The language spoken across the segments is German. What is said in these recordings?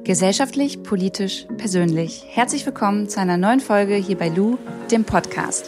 Gesellschaftlich, politisch, persönlich. Herzlich willkommen zu einer neuen Folge hier bei Lou, dem Podcast.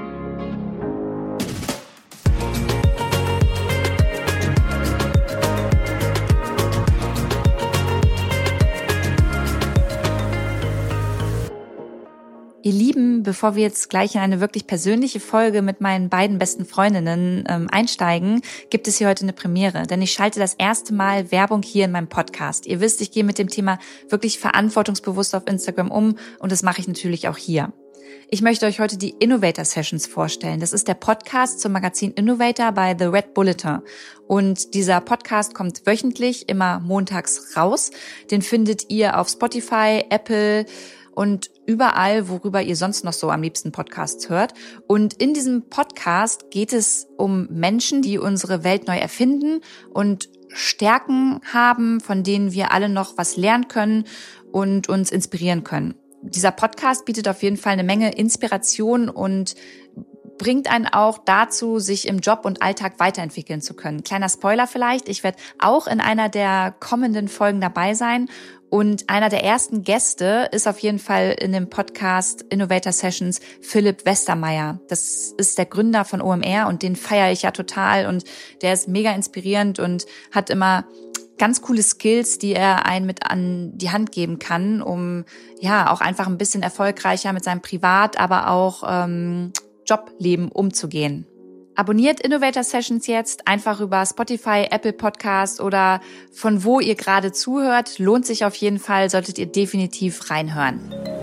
Ihr Lieben, bevor wir jetzt gleich in eine wirklich persönliche Folge mit meinen beiden besten Freundinnen einsteigen, gibt es hier heute eine Premiere, denn ich schalte das erste Mal Werbung hier in meinem Podcast. Ihr wisst, ich gehe mit dem Thema wirklich verantwortungsbewusst auf Instagram um und das mache ich natürlich auch hier. Ich möchte euch heute die Innovator Sessions vorstellen. Das ist der Podcast zum Magazin Innovator bei The Red Bulletin. Und dieser Podcast kommt wöchentlich, immer montags raus. Den findet ihr auf Spotify, Apple und überall, worüber ihr sonst noch so am liebsten Podcasts hört. Und in diesem Podcast geht es um Menschen, die unsere Welt neu erfinden und Stärken haben, von denen wir alle noch was lernen können und uns inspirieren können. Dieser Podcast bietet auf jeden Fall eine Menge Inspiration und bringt einen auch dazu, sich im Job und Alltag weiterentwickeln zu können. Kleiner Spoiler vielleicht, ich werde auch in einer der kommenden Folgen dabei sein. Und einer der ersten Gäste ist auf jeden Fall in dem Podcast Innovator Sessions Philipp Westermeier. Das ist der Gründer von OMR und den feiere ich ja total und der ist mega inspirierend und hat immer ganz coole Skills, die er einen mit an die Hand geben kann, um ja auch einfach ein bisschen erfolgreicher mit seinem Privat-, aber auch Jobleben umzugehen. Abonniert Innovator Sessions jetzt einfach über Spotify, Apple Podcasts oder von wo ihr gerade zuhört. Lohnt sich auf jeden Fall, solltet ihr definitiv reinhören.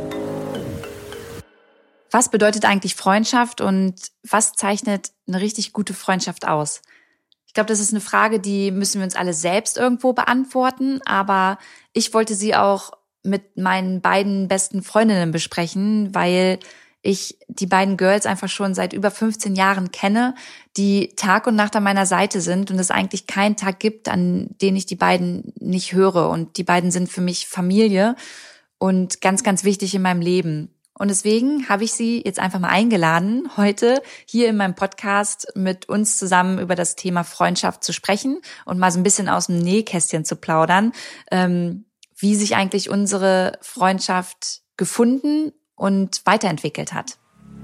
Was bedeutet eigentlich Freundschaft und was zeichnet eine richtig gute Freundschaft aus? Ich glaube, das ist eine Frage, die müssen wir uns alle selbst irgendwo beantworten, aber ich wollte sie auch mit meinen beiden besten Freundinnen besprechen, weil ich die beiden Girls einfach schon seit über 15 Jahren kenne, die Tag und Nacht an meiner Seite sind und es eigentlich keinen Tag gibt, an den ich die beiden nicht höre. Und die beiden sind für mich Familie und ganz, ganz wichtig in meinem Leben. Und deswegen habe ich sie jetzt einfach mal eingeladen, heute hier in meinem Podcast mit uns zusammen über das Thema Freundschaft zu sprechen und mal so ein bisschen aus dem Nähkästchen zu plaudern, wie sich eigentlich unsere Freundschaft gefunden und weiterentwickelt hat.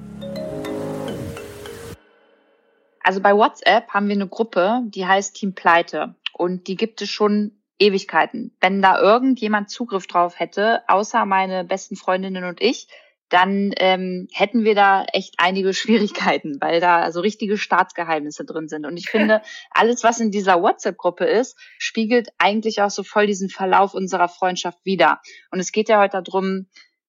Also bei WhatsApp haben wir eine Gruppe, die heißt Team Pleite und die gibt es schon Ewigkeiten. Wenn da irgendjemand Zugriff drauf hätte, außer meine besten Freundinnen und ich, dann hätten wir da echt einige Schwierigkeiten, weil da so richtige Staatsgeheimnisse drin sind. Und ich finde, alles, was in dieser WhatsApp-Gruppe ist, spiegelt eigentlich auch so voll diesen Verlauf unserer Freundschaft wider. Und es geht ja heute darum,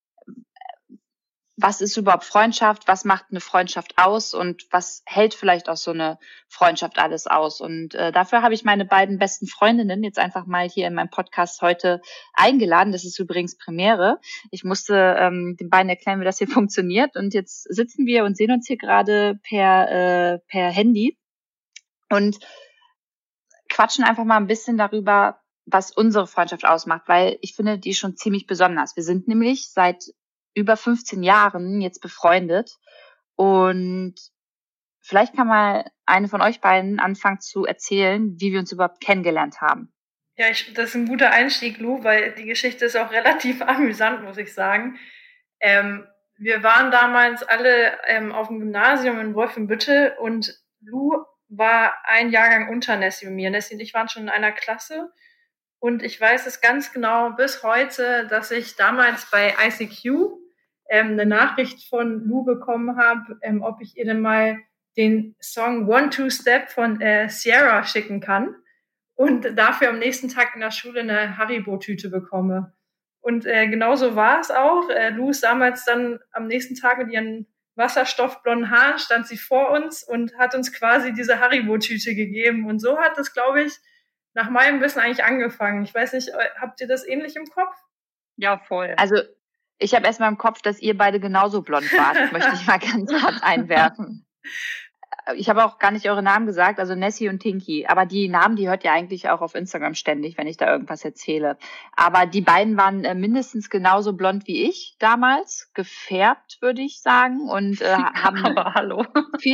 was ist überhaupt Freundschaft, was macht eine Freundschaft aus und was hält vielleicht auch so eine Freundschaft alles aus. Und dafür habe ich meine beiden besten Freundinnen jetzt einfach mal hier in meinem Podcast heute eingeladen. Das ist übrigens Premiere. Ich musste den beiden erklären, wie das hier funktioniert. Und jetzt sitzen wir und sehen uns hier gerade per Handy und quatschen einfach mal ein bisschen darüber, was unsere Freundschaft ausmacht, weil ich finde, die ist schon ziemlich besonders. Wir sind nämlich seit über 15 Jahren jetzt befreundet und vielleicht kann mal eine von euch beiden anfangen zu erzählen, wie wir uns überhaupt kennengelernt haben. Ja, das ist ein guter Einstieg, Lou, weil die Geschichte ist auch relativ amüsant, muss ich sagen. Wir waren damals alle auf dem Gymnasium in Wolfenbüttel und Lou war ein Jahrgang unter Nessie und mir. Nessie und ich waren schon in einer Klasse. Und ich weiß es ganz genau bis heute, dass ich damals bei ICQ eine Nachricht von Lou bekommen habe, ob ich ihr denn mal den Song One Two Step von Sierra schicken kann und dafür am nächsten Tag in der Schule eine Haribo-Tüte bekomme. Und genauso war es auch. Lou ist damals dann am nächsten Tag mit ihren wasserstoffblonden Haaren, stand sie vor uns und hat uns quasi diese Haribo-Tüte gegeben. Und so hat es, glaube ich, nach meinem Wissen eigentlich angefangen. Ich weiß nicht, habt ihr das ähnlich im Kopf? Ja, voll. Also ich habe erstmal im Kopf, dass ihr beide genauso blond wart, möchte ich mal ganz hart einwerfen. Ich habe auch gar nicht eure Namen gesagt, also Nessie und Tinky. Aber die Namen, die hört ihr eigentlich auch auf Instagram ständig, wenn ich da irgendwas erzähle. Aber die beiden waren mindestens genauso blond wie ich damals, gefärbt, würde ich sagen. Und haben aber hallo. viel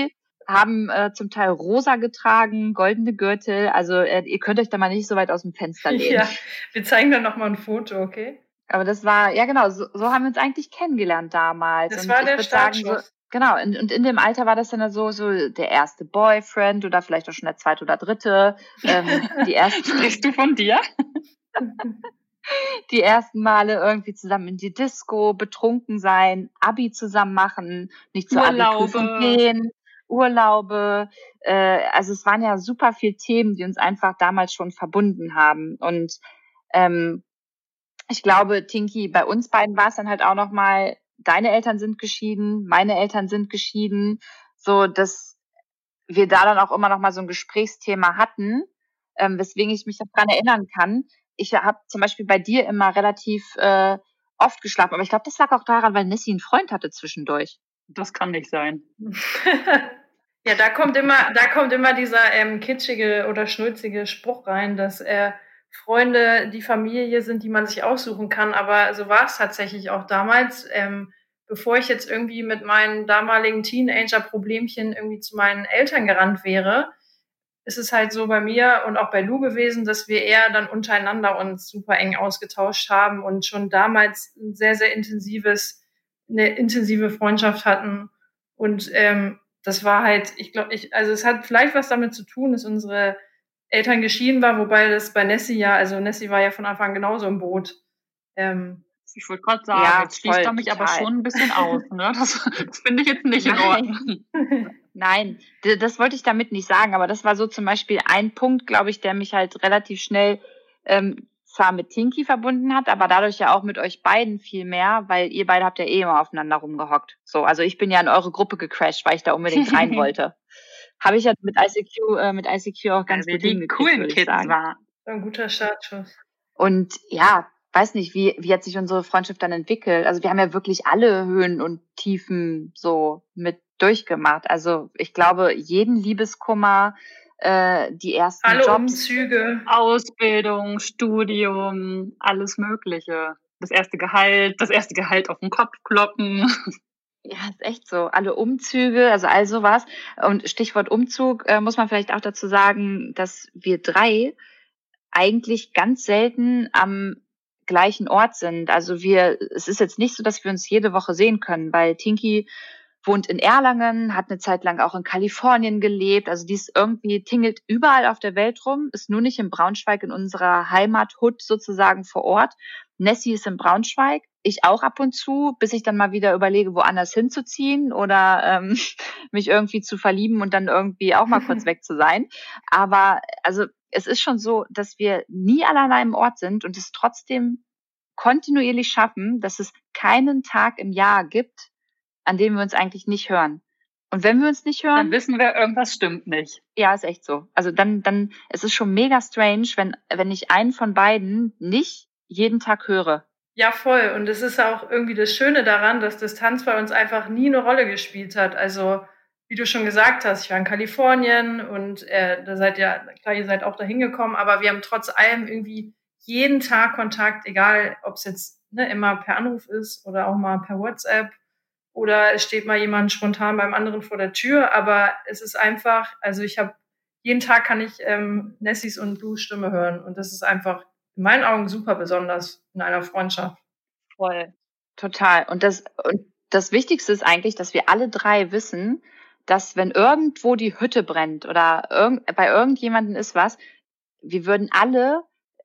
haben zum Teil rosa getragen, goldene Gürtel. Also ihr könnt euch da mal nicht so weit aus dem Fenster lehnen. Ja, wir zeigen dann nochmal ein Foto, okay? Aber das war, ja genau, so haben wir uns eigentlich kennengelernt damals. Das und war ich der würde sagen, so, Startschuss. genau, und in dem Alter war das dann so der erste Boyfriend oder vielleicht auch schon der zweite oder dritte. Die ersten, Sprichst du von dir? die ersten Male irgendwie zusammen in die Disco, betrunken sein, Abi zusammen machen, nicht zur Abi-Prüfung gehen, Urlaube. Also es waren ja super viele Themen, die uns einfach damals schon verbunden haben. Und ich glaube, Tinky, bei uns beiden war es dann halt auch nochmal, deine Eltern sind geschieden, meine Eltern sind geschieden, so dass wir da dann auch immer nochmal so ein Gesprächsthema hatten, weswegen ich mich daran erinnern kann. Ich habe zum Beispiel bei dir immer relativ oft geschlafen, aber ich glaube, das lag auch daran, weil Nessie einen Freund hatte zwischendurch. Das kann nicht sein. Ja, da kommt immer dieser kitschige oder schnulzige Spruch rein, dass Freunde die Familie sind, die man sich aussuchen kann. Aber so war es tatsächlich auch damals. Bevor ich jetzt irgendwie mit meinen damaligen Teenager-Problemchen irgendwie zu meinen Eltern gerannt wäre, ist es halt so bei mir und auch bei Lou gewesen, dass wir eher dann untereinander uns super eng ausgetauscht haben und schon damals ein sehr, sehr eine intensive Freundschaft hatten. Und das war halt, also es hat vielleicht was damit zu tun, dass unsere Eltern geschieden waren, wobei das bei Nessie also Nessie war ja von Anfang an genauso im Boot. Ich wollte gerade sagen, Ja, jetzt schließt er mich aber schon ein bisschen aus. Ne? Das finde ich jetzt nicht in Ordnung. Nein, das wollte ich damit nicht sagen, aber das war so zum Beispiel ein Punkt, glaube ich, der mich halt relativ schnell zwar mit Tinky verbunden hat, aber dadurch ja auch mit euch beiden viel mehr, weil ihr beide habt ja eh immer aufeinander rumgehockt. So, also ich bin ja in eure Gruppe gecrashed, weil ich da unbedingt rein wollte. Habe ich ja mit ICQ auch ganz gut hingekriegt, coolen würde ich Kids sagen. war. Ein guter Startschuss. Und ja, weiß nicht, wie hat sich unsere Freundschaft dann entwickelt? Also wir haben ja wirklich alle Höhen und Tiefen so mit durchgemacht. Also ich glaube, jeden Liebeskummer, die ersten alle Jobs, Umzüge, Ausbildung, Studium, alles Mögliche. Das erste Gehalt auf den Kopf kloppen. Ja, ist echt so. Alle Umzüge, also all sowas. Und Stichwort Umzug, muss man vielleicht auch dazu sagen, dass wir drei eigentlich ganz selten am gleichen Ort sind. Also es ist jetzt nicht so, dass wir uns jede Woche sehen können, weil Tinky wohnt in Erlangen, hat eine Zeit lang auch in Kalifornien gelebt. Also die ist irgendwie, tingelt überall auf der Welt rum, ist nur nicht in Braunschweig in unserer Heimathut sozusagen vor Ort. Nessie ist in Braunschweig, ich auch ab und zu, bis ich dann mal wieder überlege, woanders hinzuziehen oder mich irgendwie zu verlieben und dann irgendwie auch mal kurz weg zu sein. Aber also es ist schon so, dass wir nie alle an einem Ort sind und es trotzdem kontinuierlich schaffen, dass es keinen Tag im Jahr gibt, an dem wir uns eigentlich nicht hören. Und wenn wir uns nicht hören, dann wissen wir, irgendwas stimmt nicht. Ja, ist echt so. Also dann es ist schon mega strange, wenn ich einen von beiden nicht jeden Tag höre. Ja, voll. Und es ist auch irgendwie das Schöne daran, dass Distanz bei uns einfach nie eine Rolle gespielt hat. Also, wie du schon gesagt hast, ich war in Kalifornien und da seid ja, klar, ihr seid auch da hingekommen, aber wir haben trotz allem irgendwie jeden Tag Kontakt, egal ob es jetzt immer per Anruf ist oder auch mal per WhatsApp oder es steht mal jemand spontan beim anderen vor der Tür, aber es ist einfach, also jeden Tag kann ich Nessies und Blues Stimme hören und das ist einfach in meinen Augen super besonders in einer Freundschaft. Voll. Total. Und das Wichtigste ist eigentlich, dass wir alle drei wissen, dass wenn irgendwo die Hütte brennt oder bei irgendjemandem ist was, wir würden alle,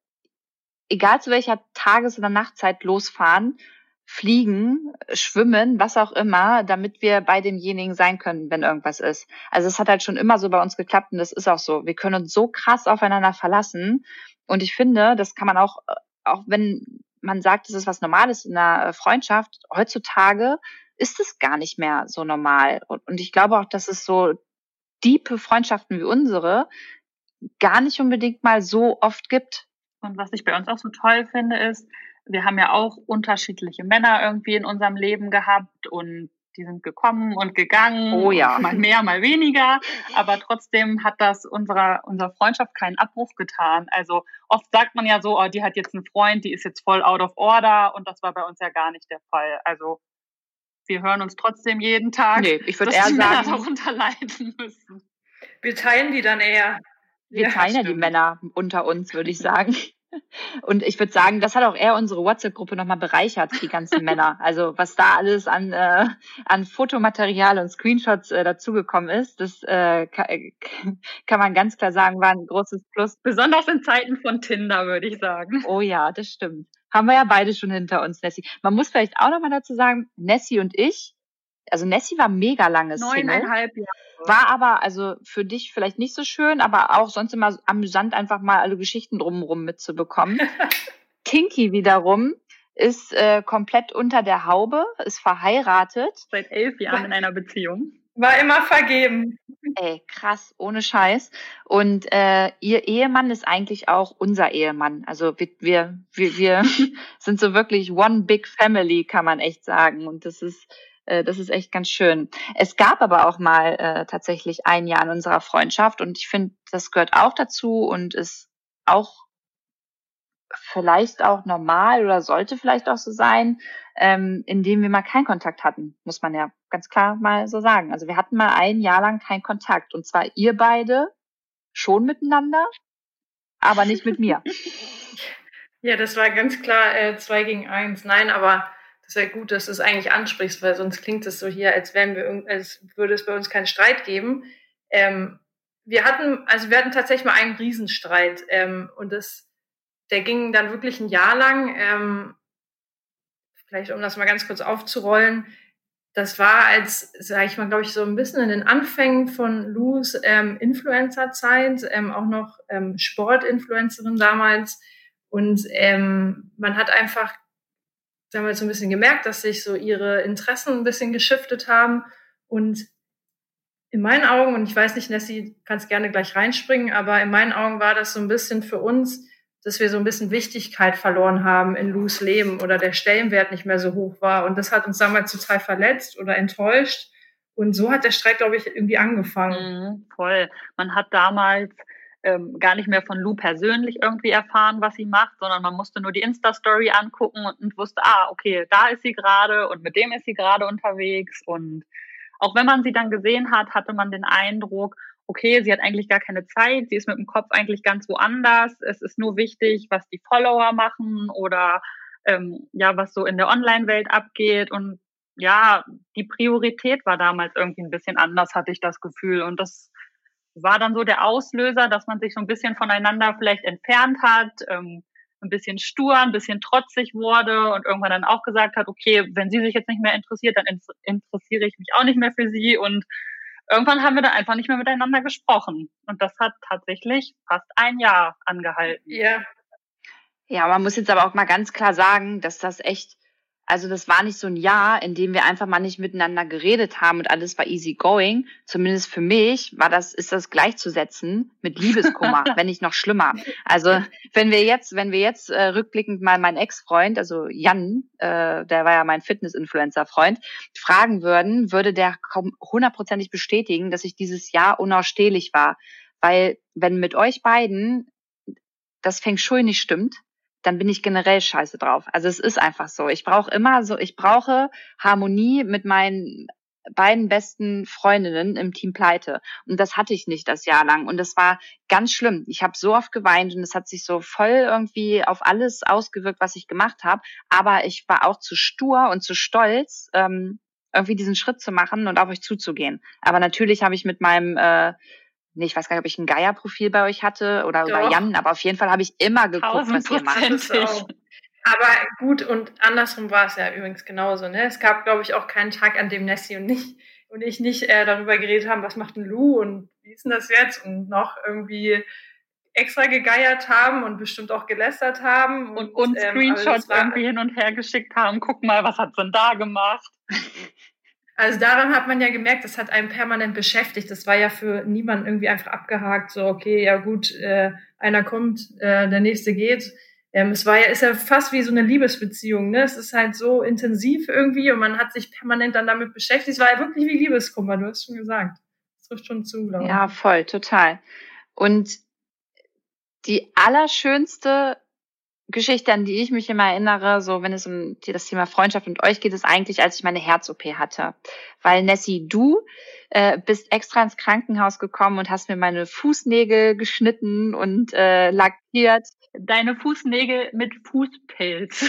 egal zu welcher Tages- oder Nachtzeit, losfahren, fliegen, schwimmen, was auch immer, damit wir bei demjenigen sein können, wenn irgendwas ist. Also es hat halt schon immer so bei uns geklappt und das ist auch so. Wir können uns so krass aufeinander verlassen und ich finde, das kann man auch wenn man sagt, es ist was Normales in einer Freundschaft, heutzutage ist es gar nicht mehr so normal. Und ich glaube auch, dass es so tiefe Freundschaften wie unsere gar nicht unbedingt mal so oft gibt. Und was ich bei uns auch so toll finde, ist, wir haben ja auch unterschiedliche Männer irgendwie in unserem Leben gehabt und die sind gekommen und gegangen. Oh ja. Mal mehr, mal weniger. Aber trotzdem hat das unserer Freundschaft keinen Abbruch getan. Also oft sagt man ja so, oh, die hat jetzt einen Freund, die ist jetzt voll out of order. Und das war bei uns ja gar nicht der Fall. Also wir hören uns trotzdem jeden Tag. Nee, ich würde eher sagen, darunter leiden müssen. Wir teilen die dann eher. Wir teilen ja die Männer unter uns, würde ich sagen. Und ich würde sagen, das hat auch eher unsere WhatsApp-Gruppe nochmal bereichert, die ganzen Männer. Also was da alles an Fotomaterial und Screenshots dazugekommen ist, das kann man ganz klar sagen, war ein großes Plus. Besonders in Zeiten von Tinder, würde ich sagen. Oh ja, das stimmt. Haben wir ja beide schon hinter uns, Nessie. Man muss vielleicht auch nochmal dazu sagen, Nessie und ich, also Nessie war mega lange Single. 9,5 Jahre. War aber, also für dich vielleicht nicht so schön, aber auch sonst immer amüsant, einfach mal alle Geschichten drumherum mitzubekommen. Tinky wiederum ist komplett unter der Haube, ist verheiratet. Seit 11 Jahren in einer Beziehung. War immer vergeben. Ey, krass, ohne Scheiß. Und ihr Ehemann ist eigentlich auch unser Ehemann. Also wir sind so wirklich one big family, kann man echt sagen. Und das ist echt ganz schön. Es gab aber auch mal tatsächlich ein Jahr in unserer Freundschaft und ich finde, das gehört auch dazu und ist auch vielleicht auch normal oder sollte vielleicht auch so sein, indem wir mal keinen Kontakt hatten, muss man ja ganz klar mal so sagen. Also wir hatten mal ein Jahr lang keinen Kontakt und zwar ihr beide schon miteinander, aber nicht mit mir. Ja, das war ganz klar 2 gegen 1. Nein, aber das ist ja gut, dass du es eigentlich ansprichst, weil sonst klingt es so hier, als würde es bei uns keinen Streit geben. Wir hatten tatsächlich mal einen Riesenstreit und der ging dann wirklich ein Jahr lang. Vielleicht um das mal ganz kurz aufzurollen, das war sage ich mal, glaube ich, so ein bisschen in den Anfängen von Lus Influencer-Zeit, auch noch Sportinfluencerin damals und man hat einfach damals so ein bisschen gemerkt, dass sich so ihre Interessen ein bisschen geschiftet haben und in meinen Augen, und ich weiß nicht, Nessie, kannst gerne gleich reinspringen, aber in meinen Augen war das so ein bisschen für uns, dass wir so ein bisschen Wichtigkeit verloren haben in Lus Leben oder der Stellenwert nicht mehr so hoch war und das hat uns damals total verletzt oder enttäuscht und so hat der Streit, glaube ich, irgendwie angefangen. Voll. Man hat damals gar nicht mehr von Lu persönlich irgendwie erfahren, was sie macht, sondern man musste nur die Insta-Story angucken und wusste, okay, da ist sie gerade und mit dem ist sie gerade unterwegs. Und auch wenn man sie dann gesehen hat, hatte man den Eindruck, okay, sie hat eigentlich gar keine Zeit, sie ist mit dem Kopf eigentlich ganz woanders. Es ist nur wichtig, was die Follower machen oder was so in der Online-Welt abgeht. Und ja, die Priorität war damals irgendwie ein bisschen anders, hatte ich das Gefühl. Und das war dann so der Auslöser, dass man sich so ein bisschen voneinander vielleicht entfernt hat, ein bisschen stur, ein bisschen trotzig wurde und irgendwann dann auch gesagt hat, okay, wenn sie sich jetzt nicht mehr interessiert, dann interessiere ich mich auch nicht mehr für sie und irgendwann haben wir dann einfach nicht mehr miteinander gesprochen und das hat tatsächlich fast ein Jahr angehalten. Ja, man muss jetzt aber auch mal ganz klar sagen, dass das echt, also das war nicht so ein Jahr, in dem wir einfach mal nicht miteinander geredet haben und alles war easy going. Zumindest für mich ist das gleichzusetzen mit Liebeskummer, wenn nicht noch schlimmer. Also wenn wir jetzt rückblickend mal meinen Ex-Freund, also Jan, der war ja mein Fitness-Influencer-Freund, fragen würden, würde der kaum 100%ig bestätigen, dass ich dieses Jahr unausstehlich war. Weil wenn mit euch beiden das Feng Shui nicht stimmt, dann bin ich generell scheiße drauf. Also es ist einfach so. Ich brauche Harmonie mit meinen beiden besten Freundinnen im Team Pleite. Und das hatte ich nicht das Jahr lang. Und das war ganz schlimm. Ich habe so oft geweint und es hat sich so voll irgendwie auf alles ausgewirkt, was ich gemacht habe. Aber ich war auch zu stur und zu stolz, irgendwie diesen Schritt zu machen und auf euch zuzugehen. Aber natürlich habe ich mit meinem ich weiß gar nicht, ob ich ein Gaia-Profil bei euch hatte oder bei Jan, aber auf jeden Fall habe ich immer geguckt, was ihr macht. Aber gut, und andersrum war es ja übrigens genauso. Ne? Es gab, glaube ich, auch keinen Tag, an dem Nessie und ich nicht darüber geredet haben, was macht denn Lu und wie ist denn das jetzt? Und noch irgendwie extra gegeiert haben und bestimmt auch gelästert haben. Und Screenshots irgendwie hin und her geschickt haben. Guck mal, was hat sie denn da gemacht? Also daran hat man ja gemerkt, das hat einen permanent beschäftigt. Das war ja für niemanden irgendwie einfach abgehakt, so okay, ja gut, einer kommt, der nächste geht. Ist ja fast wie so eine Liebesbeziehung, ne? Es ist halt so intensiv irgendwie und man hat sich permanent dann damit beschäftigt. Es war ja wirklich wie Liebeskummer, du hast schon gesagt. Das trifft schon zu, glaube ich. Ja, voll, total. Und die allerschönste Geschichte, an die ich mich immer erinnere, so wenn es um das Thema Freundschaft und euch geht, ist eigentlich, als ich meine Herz-OP hatte. Weil Nessie, du bist extra ins Krankenhaus gekommen und hast mir meine Fußnägel geschnitten und lackiert. Deine Fußnägel mit Fußpilz.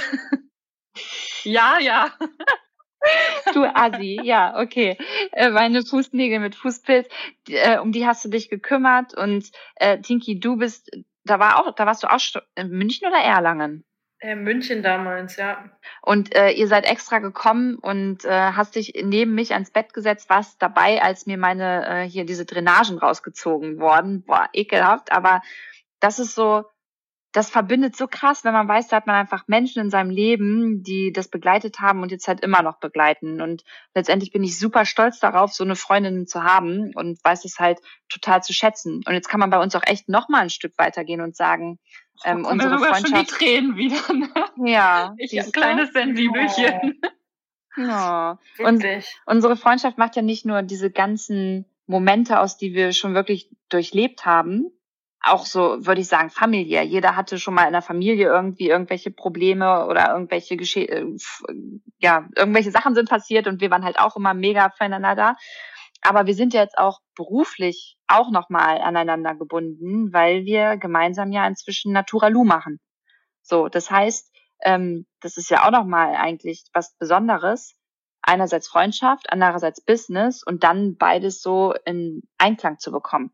Ja. Du Assi, ja, okay. Meine Fußnägel mit Fußpilz, um die hast du dich gekümmert. Und Tinky, da warst du auch in München oder Erlangen? München damals, ja. Und ihr seid extra gekommen und hast dich neben mich ans Bett gesetzt, warst dabei, als mir meine hier diese Drainagen rausgezogen wurden. Boah, ekelhaft. Aber das ist so, das verbindet so krass, wenn man weiß, da hat man einfach Menschen in seinem Leben, die das begleitet haben und jetzt halt immer noch begleiten. Und letztendlich bin ich super stolz darauf, so eine Freundin zu haben und weiß es halt total zu schätzen. Und jetzt kann man bei uns auch echt noch mal ein Stück weitergehen und sagen, unsere Freundschaft. Schon die Tränen wieder, ne? Ja. Ich ein kleines Sensibelchen. Ja. Und unsere Freundschaft macht ja nicht nur diese ganzen Momente aus, die wir schon wirklich durchlebt haben, auch so, würde ich sagen, familiär. Jeder hatte schon mal in der Familie irgendwie irgendwelche Probleme oder irgendwelche irgendwelche Sachen sind passiert und wir waren halt auch immer mega füreinander da. Aber wir sind ja jetzt auch beruflich auch nochmal aneinander gebunden, weil wir gemeinsam ja inzwischen Naturalu machen. So, das heißt, das ist ja auch nochmal eigentlich was Besonderes. Einerseits Freundschaft, andererseits Business und dann beides so in Einklang zu bekommen.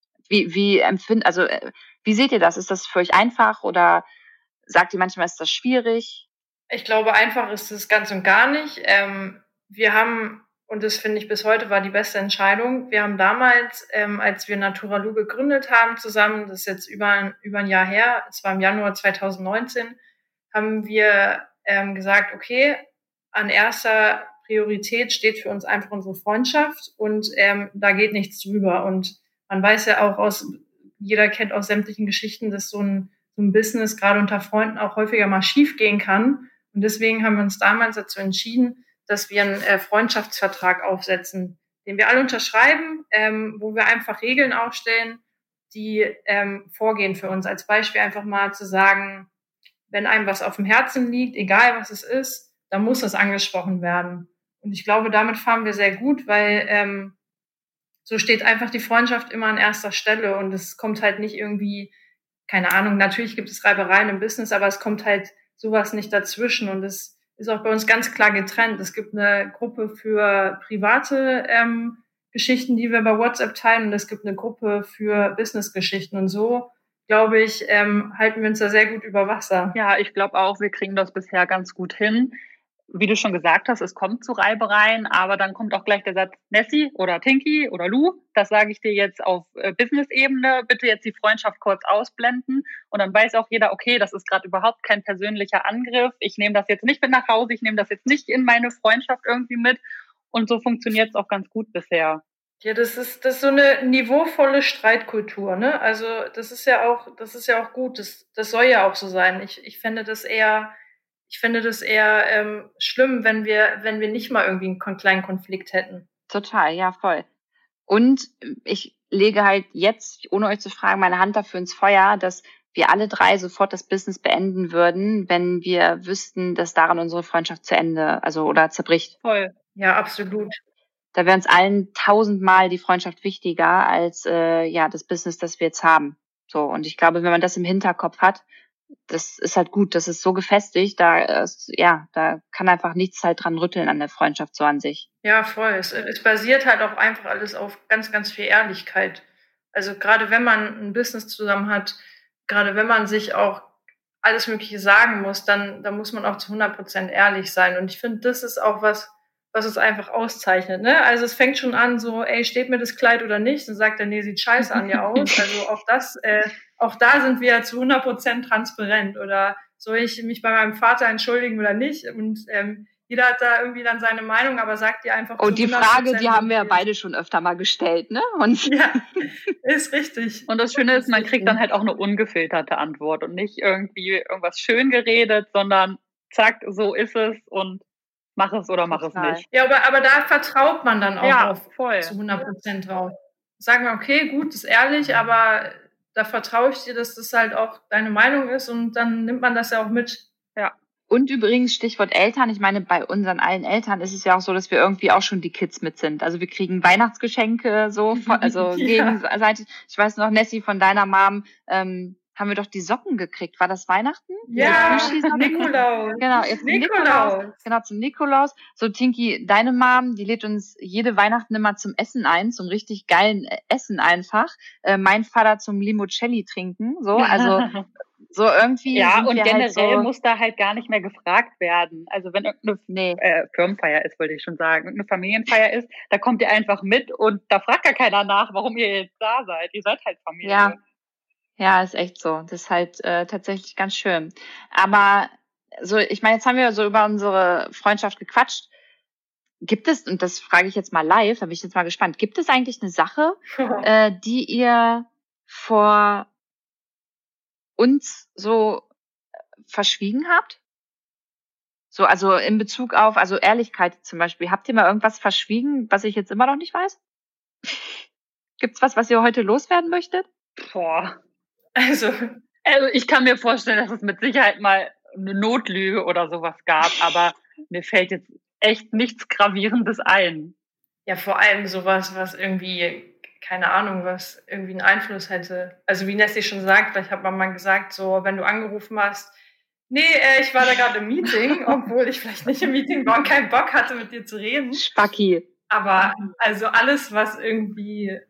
Wie seht ihr das? Ist das für euch einfach oder sagt ihr manchmal, ist das schwierig? Ich glaube, einfach ist es ganz und gar nicht. Wir haben, und das finde ich bis heute war die beste Entscheidung, wir haben damals, als wir Naturalu gegründet haben zusammen, das ist jetzt über ein Jahr her, es war im Januar 2019, haben wir gesagt, okay, an erster Priorität steht für uns einfach unsere Freundschaft und da geht nichts drüber. Und man weiß ja auch jeder kennt aus sämtlichen Geschichten, dass so ein Business gerade unter Freunden auch häufiger mal schief gehen kann. Und deswegen haben wir uns damals dazu entschieden, dass wir einen Freundschaftsvertrag aufsetzen, den wir alle unterschreiben, wo wir einfach Regeln aufstellen, die vorgehen für uns. Als Beispiel einfach mal zu sagen, wenn einem was auf dem Herzen liegt, egal was es ist, dann muss es angesprochen werden. Und ich glaube, damit fahren wir sehr gut, weil so steht einfach die Freundschaft immer an erster Stelle und es kommt halt nicht irgendwie, keine Ahnung, natürlich gibt es Reibereien im Business, aber es kommt halt sowas nicht dazwischen und es ist auch bei uns ganz klar getrennt. Es gibt eine Gruppe für private Geschichten, die wir bei WhatsApp teilen und es gibt eine Gruppe für Business-Geschichten und so, glaube ich, halten wir uns da sehr gut über Wasser. Ja, ich glaube auch, wir kriegen das bisher ganz gut hin. Wie du schon gesagt hast, es kommt zu Reibereien, aber dann kommt auch gleich der Satz, Nessie oder Tinky oder Lou, das sage ich dir jetzt auf Business-Ebene, bitte jetzt die Freundschaft kurz ausblenden und dann weiß auch jeder, okay, das ist gerade überhaupt kein persönlicher Angriff, ich nehme das jetzt nicht mit nach Hause, ich nehme das jetzt nicht in meine Freundschaft irgendwie mit und so funktioniert es auch ganz gut bisher. Ja, das ist so eine niveauvolle Streitkultur, ne? Also das ist ja auch gut, das soll ja auch so sein. Ich finde das eher schlimm, wenn wir nicht mal irgendwie einen kleinen Konflikt hätten. Total, ja, voll. Und ich lege halt jetzt, ohne euch zu fragen, meine Hand dafür ins Feuer, dass wir alle drei sofort das Business beenden würden, wenn wir wüssten, dass daran unsere Freundschaft zu Ende, oder zerbricht. Voll. Ja, absolut. Da wäre uns allen 1000-mal die Freundschaft wichtiger als das Business, das wir jetzt haben. So, und ich glaube, wenn man das im Hinterkopf hat, das ist halt gut, das ist so gefestigt, da kann einfach nichts halt dran rütteln an der Freundschaft so an sich. Ja, voll. Es basiert halt auch einfach alles auf ganz, ganz viel Ehrlichkeit. Also gerade wenn man ein Business zusammen hat, gerade wenn man sich auch alles Mögliche sagen muss, dann muss man auch zu 100% ehrlich sein. Und ich finde, das ist auch was es einfach auszeichnet, ne? Also es fängt schon an so, ey, steht mir das Kleid oder nicht? Dann sagt er, nee, sieht scheiße an dir aus. Also auch da sind wir zu 100% transparent. Oder soll ich mich bei meinem Vater entschuldigen oder nicht? Und jeder hat da irgendwie dann seine Meinung, aber sagt dir einfach. Und die Frage, die haben wir ja beide schon öfter mal gestellt, ne? Und ja, ist richtig. Und das Schöne ist, man kriegt dann halt auch eine ungefilterte Antwort und nicht irgendwie irgendwas schön geredet, sondern zack, so ist es und mach es oder mach es nicht. Ja, aber da vertraut man dann auch zu 100% drauf. Sagen wir, okay, gut, ist ehrlich, aber da vertraue ich dir, dass das halt auch deine Meinung ist und dann nimmt man das ja auch mit. Ja. Und übrigens, Stichwort Eltern, ich meine, bei unseren allen Eltern ist es ja auch so, dass wir irgendwie auch schon die Kids mit sind. Also wir kriegen Weihnachtsgeschenke so, also gegenseitig. Ich weiß noch, Nessie, von deiner Mom, haben wir doch die Socken gekriegt. War das Weihnachten? Ja, Nikolaus. Genau, jetzt Nikolaus. Genau, zum Nikolaus. So, Tinky, deine Mom, die lädt uns jede Weihnachten immer zum Essen ein, zum richtig geilen Essen einfach. Mein Vater zum Limoncelli trinken, so, also so irgendwie. Ja, und generell halt so, muss da halt gar nicht mehr gefragt werden. Also wenn irgendeine Firmenfeier ist, wollte ich schon sagen, irgendeine Familienfeier ist, da kommt ihr einfach mit und da fragt gar keiner nach, warum ihr jetzt da seid. Ihr seid halt Familie. Ja, ist echt so. Das ist halt tatsächlich ganz schön. Aber so, ich meine, jetzt haben wir so über unsere Freundschaft gequatscht. Gibt es, und das frage ich jetzt mal live, da bin ich jetzt mal gespannt, gibt es eigentlich eine Sache, die ihr vor uns so verschwiegen habt? So, also in Bezug auf, also Ehrlichkeit zum Beispiel. Habt ihr mal irgendwas verschwiegen, was ich jetzt immer noch nicht weiß? Gibt's was ihr heute loswerden möchtet? Boah. Also ich kann mir vorstellen, dass es mit Sicherheit mal eine Notlüge oder sowas gab, aber mir fällt jetzt echt nichts Gravierendes ein. Ja, vor allem sowas, was irgendwie, keine Ahnung, was irgendwie einen Einfluss hätte. Also wie Nessie schon sagt, vielleicht hat man mal gesagt, so, wenn du angerufen hast, nee, ich war da gerade im Meeting, obwohl ich vielleicht nicht im Meeting war und keinen Bock hatte, mit dir zu reden. Spacki. Aber also alles, was irgendwie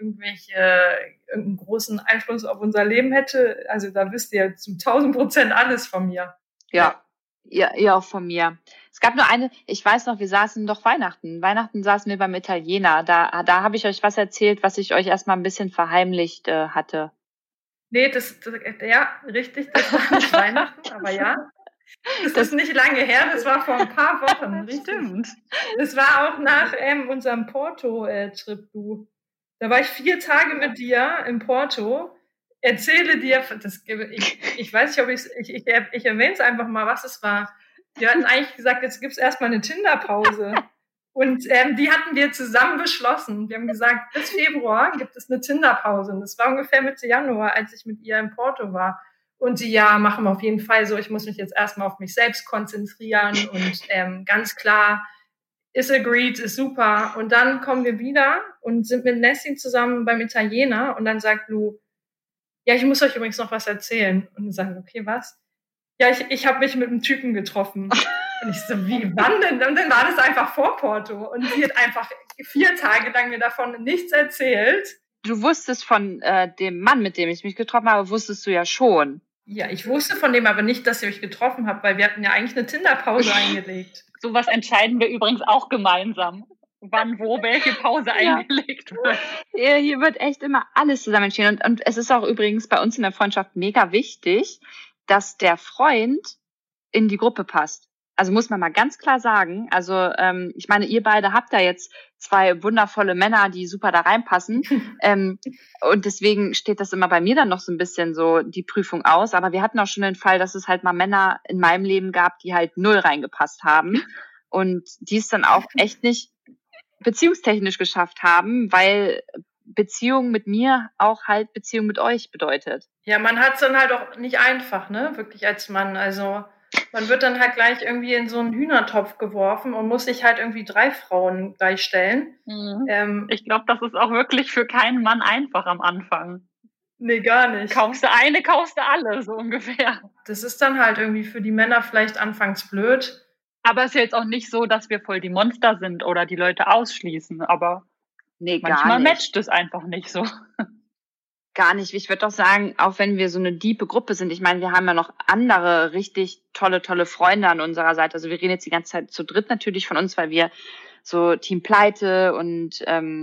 irgendeinen großen Einfluss auf unser Leben hätte, also da wisst ihr zu 1000% alles von mir. Ja, ihr auch von mir. Es gab nur eine, ich weiß noch, wir saßen doch Weihnachten saßen wir beim Italiener. Da habe ich euch was erzählt, was ich euch erstmal ein bisschen verheimlicht hatte. Nee, ja, richtig, das war nicht Weihnachten, aber ja. Das ist nicht lange her, das war vor ein paar Wochen. Richtig. Stimmt. Das war auch nach unserem Porto-Trip, du. Da war ich 4 Tage mit dir in Porto. Erzähle dir, ich weiß nicht, ob ich erwähne es einfach mal, was es war. Wir hatten eigentlich gesagt, jetzt gibt's erstmal eine Tinder-Pause. Und die hatten wir zusammen beschlossen. Wir haben gesagt, bis Februar gibt es eine Tinder-Pause. Und das war ungefähr Mitte Januar, als ich mit ihr in Porto war. Und sie, ja, machen wir auf jeden Fall so. Ich muss mich jetzt erstmal auf mich selbst konzentrieren. Und ganz klar, ist agreed, ist super. Und dann kommen wir wieder und sind mit Nessie zusammen beim Italiener. Und dann sagt Lou, ja, ich muss euch übrigens noch was erzählen. Und dann sagen wir, okay, was? Ja, ich habe mich mit einem Typen getroffen. Und ich so, wie, wann denn? Und dann war das einfach vor Porto. Und sie hat einfach 4 Tage lang mir davon nichts erzählt. Du wusstest von dem Mann, mit dem ich mich getroffen habe, wusstest du ja schon. Ja, ich wusste von dem aber nicht, dass ihr euch getroffen habt, weil wir hatten ja eigentlich eine Tinder-Pause eingelegt. Sowas entscheiden wir übrigens auch gemeinsam. Wann, wo, welche Pause eingelegt wird. Ja, hier wird echt immer alles zusammen entschieden. Und es ist auch übrigens bei uns in der Freundschaft mega wichtig, dass der Freund in die Gruppe passt. Also muss man mal ganz klar sagen. Also ich meine, ihr beide habt da jetzt 2 wundervolle Männer, die super da reinpassen. Und deswegen steht das immer bei mir dann noch so ein bisschen so die Prüfung aus. Aber wir hatten auch schon den Fall, dass es halt mal Männer in meinem Leben gab, die halt 0 reingepasst haben. Und die es dann auch echt nicht beziehungstechnisch geschafft haben, weil Beziehung mit mir auch halt Beziehung mit euch bedeutet. Ja, man hat es dann halt auch nicht einfach, ne? Wirklich als Mann. Also man wird dann halt gleich irgendwie in so einen Hühnertopf geworfen und muss sich halt irgendwie 3 Frauen gleichstellen. Mhm. Ich glaube, das ist auch wirklich für keinen Mann einfach am Anfang. Nee, gar nicht. Kaufst du eine, kaufst du alle, so ungefähr. Das ist dann halt irgendwie für die Männer vielleicht anfangs blöd. Aber es ist jetzt auch nicht so, dass wir voll die Monster sind oder die Leute ausschließen, aber manchmal matcht es einfach nicht so. Gar nicht. Ich würde doch sagen, auch wenn wir so eine diepe Gruppe sind, ich meine, wir haben ja noch andere richtig tolle Freunde an unserer Seite. Also wir reden jetzt die ganze Zeit zu dritt natürlich von uns, weil wir so Team Pleite und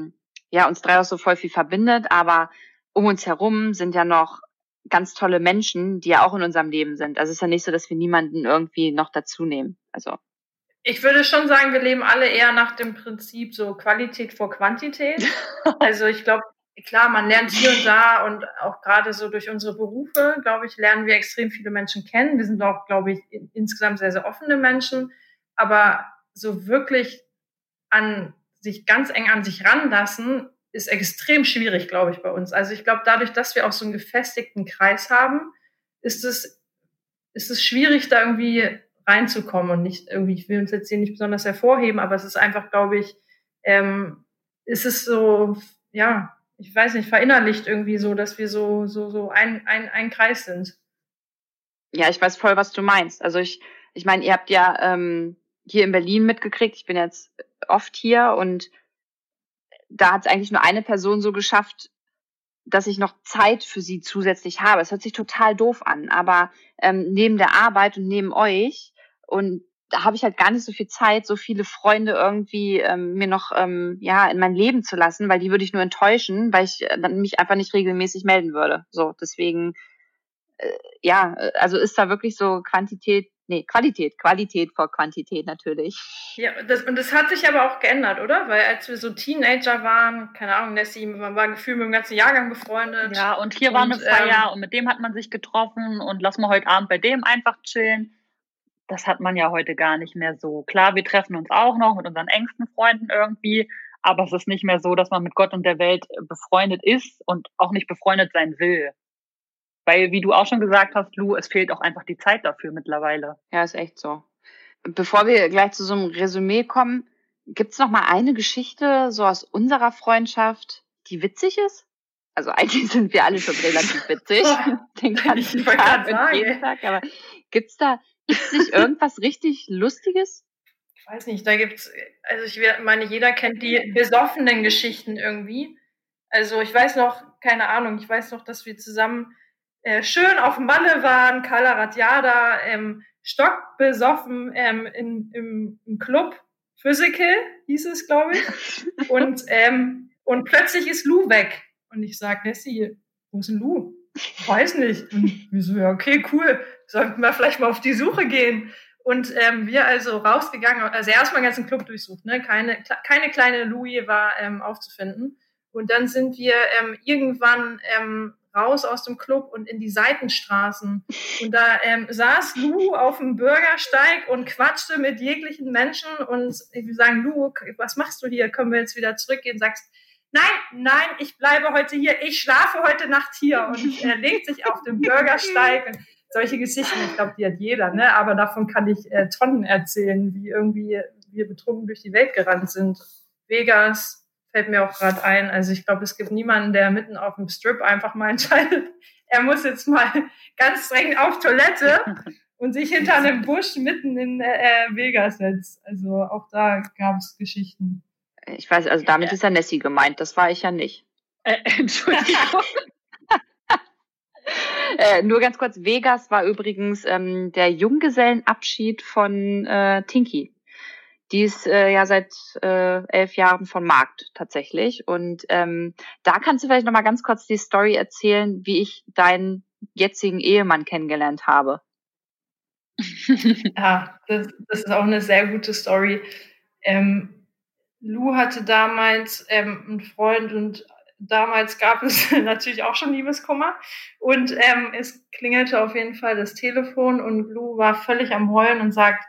uns 3 auch so voll viel verbindet. Aber um uns herum sind ja noch ganz tolle Menschen, die ja auch in unserem Leben sind. Also es ist ja nicht so, dass wir niemanden irgendwie noch dazu nehmen. Also ich würde schon sagen, wir leben alle eher nach dem Prinzip so Qualität vor Quantität. Also ich glaube, klar, man lernt hier und da und auch gerade so durch unsere Berufe, glaube ich, lernen wir extrem viele Menschen kennen. Wir sind auch, glaube ich, insgesamt sehr, sehr offene Menschen. Aber so wirklich ganz eng an sich ranlassen, ist extrem schwierig, glaube ich, bei uns. Also ich glaube, dadurch, dass wir auch so einen gefestigten Kreis haben, ist es schwierig, da irgendwie reinzukommen und nicht irgendwie, ich will uns jetzt hier nicht besonders hervorheben, aber es ist einfach, glaube ich, ist es so, ja, ich weiß nicht, verinnerlicht irgendwie so, dass wir so ein Kreis sind. Ja, ich weiß voll, was du meinst. Also ich meine, ihr habt ja hier in Berlin mitgekriegt, ich bin jetzt oft hier und da hat es eigentlich nur eine Person so geschafft, dass ich noch Zeit für sie zusätzlich habe. Es hört sich total doof an, aber neben der Arbeit und neben euch und da habe ich halt gar nicht so viel Zeit, so viele Freunde irgendwie mir noch in mein Leben zu lassen, weil die würde ich nur enttäuschen, weil ich dann mich einfach nicht regelmäßig melden würde. So, deswegen also ist da wirklich so Qualität vor Quantität natürlich. Ja, das hat sich aber auch geändert, oder? Weil als wir so Teenager waren, keine Ahnung, Nessie, man war gefühlt mit dem ganzen Jahrgang befreundet. Ja, und hier war eine Feier und mit dem hat man sich getroffen und lass mal heute Abend bei dem einfach chillen. Das hat man ja heute gar nicht mehr so. Klar, wir treffen uns auch noch mit unseren engsten Freunden irgendwie, aber es ist nicht mehr so, dass man mit Gott und der Welt befreundet ist und auch nicht befreundet sein will. Weil, wie du auch schon gesagt hast, Lu, es fehlt auch einfach die Zeit dafür mittlerweile. Ja, ist echt so. Bevor wir gleich zu so einem Resümee kommen, gibt's noch mal eine Geschichte so aus unserer Freundschaft, die witzig ist? Also eigentlich sind wir alle schon relativ witzig. Den ganzen Tag, jeden Tag. Aber gibt's nicht irgendwas richtig Lustiges? Ich weiß nicht, da gibt's, also ich meine, jeder kennt die besoffenen Geschichten irgendwie. Also ich weiß noch, keine Ahnung, dass wir zusammen schön auf Malle waren, Cala Ratjada, stockbesoffen im Club Physical, hieß es, glaube ich. Und plötzlich ist Lou weg. Und ich sag, Nessie, wo ist denn Lou? Ich weiß nicht. Und wir so, ja, okay, cool. Sollten wir vielleicht mal auf die Suche gehen. Und wir also rausgegangen, also erstmal den ganzen Club durchsucht, ne? Keine kleine Louis war aufzufinden. Und dann sind wir irgendwann raus aus dem Club und in die Seitenstraßen. Und da saß Lou auf dem Bürgersteig und quatschte mit jeglichen Menschen. Und wir sagen, Lou, was machst du hier? Können wir jetzt wieder zurückgehen? Sagst, nein, ich bleibe heute hier. Ich schlafe heute Nacht hier. Und er legt sich auf den Bürgersteig. Und solche Geschichten, ich glaube, die hat jeder, ne? Aber davon kann ich Tonnen erzählen, wie irgendwie wir betrunken durch die Welt gerannt sind. Vegas fällt mir auch gerade ein. Also ich glaube, es gibt niemanden, der mitten auf dem Strip einfach mal entscheidet, er muss jetzt mal ganz dringend auf Toilette und sich hinter einem Busch mitten in Vegas setzt. Also auch da gab es Geschichten. Ich weiß, also damit ist ja Nessie gemeint. Das war ich ja nicht. Entschuldigung. Nur ganz kurz, Vegas war übrigens der Junggesellenabschied von Tinky. Die ist ja seit 11 Jahren von Markt tatsächlich. Und da kannst du vielleicht noch mal ganz kurz die Story erzählen, wie ich deinen jetzigen Ehemann kennengelernt habe. Ja, das ist auch eine sehr gute Story. Lou hatte damals einen Freund und damals gab es natürlich auch schon Liebeskummer. Und es klingelte auf jeden Fall das Telefon und Lou war völlig am Heulen und sagt,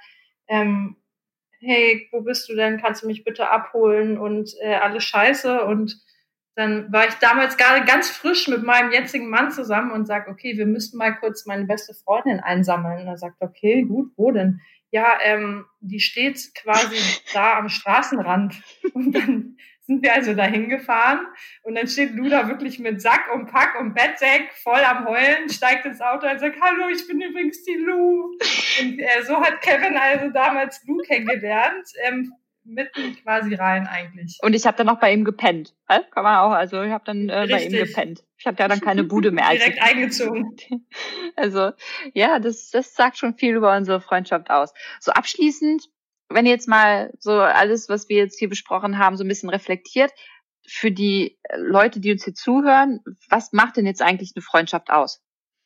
hey, wo bist du denn? Kannst du mich bitte abholen? Und alles scheiße. Und dann war ich damals gerade ganz frisch mit meinem jetzigen Mann zusammen und sag, okay, wir müssten mal kurz meine beste Freundin einsammeln. Und er sagt, okay, gut, wo denn? Ja, die steht quasi da am Straßenrand. Und dann sind wir also dahin gefahren und dann steht Lou da wirklich mit Sack und Pack und Bettdeck voll am Heulen, steigt ins Auto und sagt, hallo, ich bin übrigens die Lou. Und so hat Kevin also damals Lou kennengelernt, mitten quasi rein eigentlich. Und ich habe dann auch bei ihm gepennt. Kann man auch, also ich habe dann bei ihm gepennt. Ich hatte ja dann keine Bude mehr. Direkt eingezogen. Also ja, das sagt schon viel über unsere Freundschaft aus. So abschließend, wenn ihr jetzt mal so alles, was wir jetzt hier besprochen haben, so ein bisschen reflektiert, für die Leute, die uns hier zuhören, was macht denn jetzt eigentlich eine Freundschaft aus?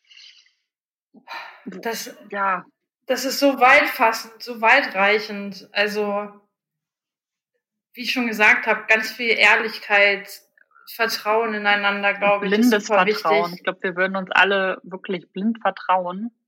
Das ist so weitfassend, so weitreichend. Also, wie ich schon gesagt habe, ganz viel Ehrlichkeit, Vertrauen ineinander, glaube ich, blindes ist super Vertrauen. wichtig. Ich glaube, wir würden uns alle wirklich blind vertrauen.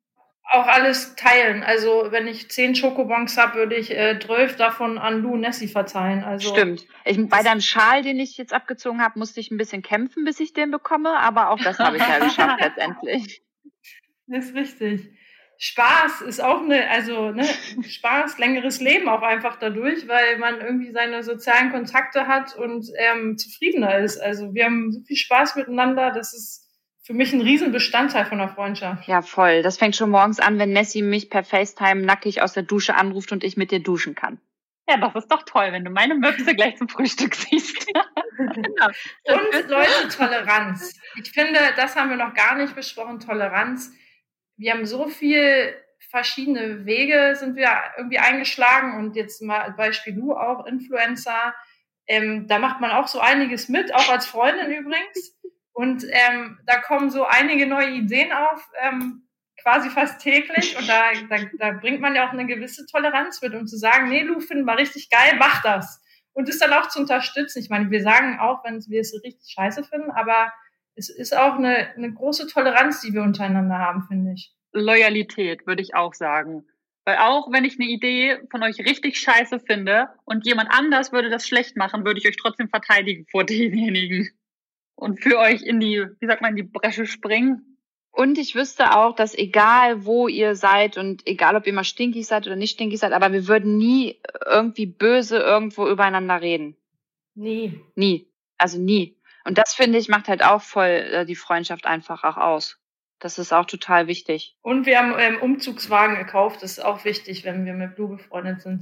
auch alles teilen. Also wenn ich 10 Schokobons habe, würde ich 12 davon an Lou und Nessie verteilen. Also Stimmt. Bei deinem Schal, den ich jetzt abgezogen habe, musste ich ein bisschen kämpfen, bis ich den bekomme, aber auch das habe ich ja geschafft letztendlich. Das ist richtig. Spaß ist auch Spaß, längeres Leben auch einfach dadurch, weil man irgendwie seine sozialen Kontakte hat und zufriedener ist. Also wir haben so viel Spaß miteinander, das ist für mich ein Riesenbestandteil von der Freundschaft. Ja, voll. Das fängt schon morgens an, wenn Nessie mich per FaceTime nackig aus der Dusche anruft und ich mit dir duschen kann. Ja, das ist doch toll, wenn du meine Möpse gleich zum Frühstück siehst. Genau. Und Leute, Toleranz. Ich finde, das haben wir noch gar nicht besprochen, Toleranz. Wir haben so viel verschiedene Wege sind wir irgendwie eingeschlagen und jetzt mal als Beispiel du auch, Influencer. Da macht man auch so einiges mit, auch als Freundin übrigens. Und da kommen so einige neue Ideen auf, quasi fast täglich. Und da bringt man ja auch eine gewisse Toleranz mit, um zu sagen, nee, Lu, finden wir richtig geil, mach das. Und das dann auch zu unterstützen. Ich meine, wir sagen auch, wenn wir es richtig scheiße finden, aber es ist auch eine große Toleranz, die wir untereinander haben, finde ich. Loyalität, würde ich auch sagen. Weil auch wenn ich eine Idee von euch richtig scheiße finde und jemand anders würde das schlecht machen, würde ich euch trotzdem verteidigen vor denjenigen. Und für euch in die Bresche springen. Und ich wüsste auch, dass egal wo ihr seid und egal ob ihr mal stinkig seid oder nicht stinkig seid, aber wir würden nie irgendwie böse irgendwo übereinander reden. Nie. Nie. Also nie. Und das, finde ich, macht halt auch voll die Freundschaft einfach auch aus. Das ist auch total wichtig. Und wir haben Umzugswagen gekauft. Das ist auch wichtig, wenn wir mit Blue befreundet sind.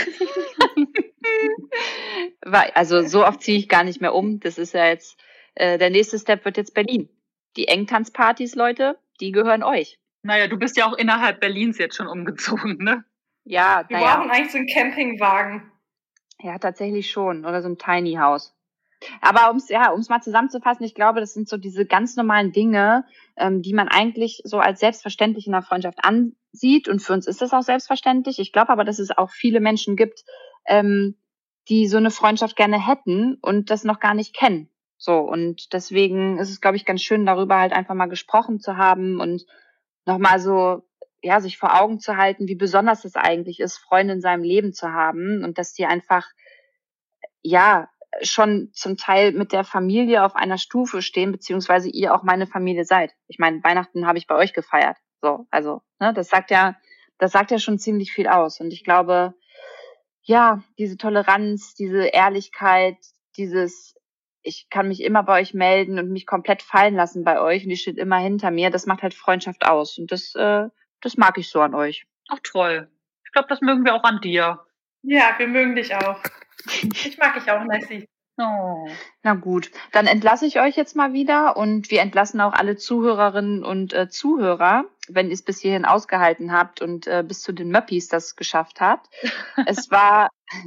Also so oft ziehe ich gar nicht mehr um. Das ist ja jetzt... der nächste Step wird jetzt Berlin. Die Engtanzpartys, Leute, die gehören euch. Naja, du bist ja auch innerhalb Berlins jetzt schon umgezogen, ne? Ja, wir brauchen eigentlich so einen Campingwagen. Ja, tatsächlich schon. Oder so ein Tiny House. Aber um's mal zusammenzufassen, ich glaube, das sind so diese ganz normalen Dinge, die man eigentlich so als selbstverständlich in der Freundschaft ansieht. Und für uns ist das auch selbstverständlich. Ich glaube aber, dass es auch viele Menschen gibt, die so eine Freundschaft gerne hätten und das noch gar nicht kennen. So, und deswegen ist es, glaube ich, ganz schön, darüber halt einfach mal gesprochen zu haben und nochmal so, ja, sich vor Augen zu halten, wie besonders es eigentlich ist, Freunde in seinem Leben zu haben und dass die einfach, ja, schon zum Teil mit der Familie auf einer Stufe stehen, beziehungsweise ihr auch meine Familie seid. Ich meine, Weihnachten habe ich bei euch gefeiert. So, also, ne, das sagt ja schon ziemlich viel aus. Und ich glaube, ja, diese Toleranz, diese Ehrlichkeit, ich kann mich immer bei euch melden und mich komplett fallen lassen bei euch und die steht immer hinter mir. Das macht halt Freundschaft aus und das mag ich so an euch. Ach toll. Ich glaube, das mögen wir auch an dir. Ja, wir mögen dich auch. Ich mag dich auch, Nessie. Oh. Na gut, dann entlasse ich euch jetzt mal wieder und wir entlassen auch alle Zuhörerinnen und Zuhörer, wenn ihr es bis hierhin ausgehalten habt und bis zu den Möppis das geschafft habt. Es war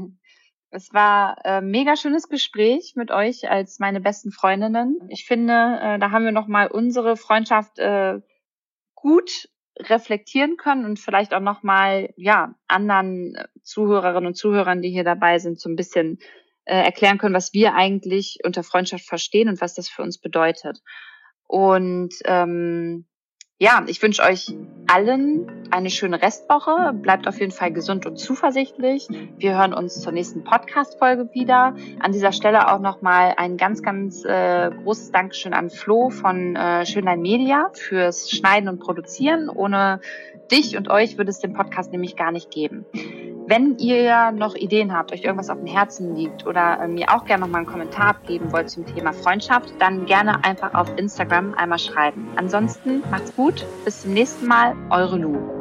mega schönes Gespräch mit euch als meine besten Freundinnen. Ich finde, da haben wir nochmal unsere Freundschaft gut reflektieren können und vielleicht auch nochmal, ja, anderen Zuhörerinnen und Zuhörern, die hier dabei sind, so ein bisschen erklären können, was wir eigentlich unter Freundschaft verstehen und was das für uns bedeutet. Und ja, ich wünsche euch allen eine schöne Restwoche. Bleibt auf jeden Fall gesund und zuversichtlich. Wir hören uns zur nächsten Podcast-Folge wieder. An dieser Stelle auch nochmal ein ganz, ganz großes Dankeschön an Flo von Schönlein Media fürs Schneiden und Produzieren. Ohne dich und euch würde es den Podcast nämlich gar nicht geben. Wenn ihr noch Ideen habt, euch irgendwas auf dem Herzen liegt oder mir auch gerne nochmal einen Kommentar abgeben wollt zum Thema Freundschaft, dann gerne einfach auf Instagram einmal schreiben. Ansonsten macht's gut, bis zum nächsten Mal, eure Lu.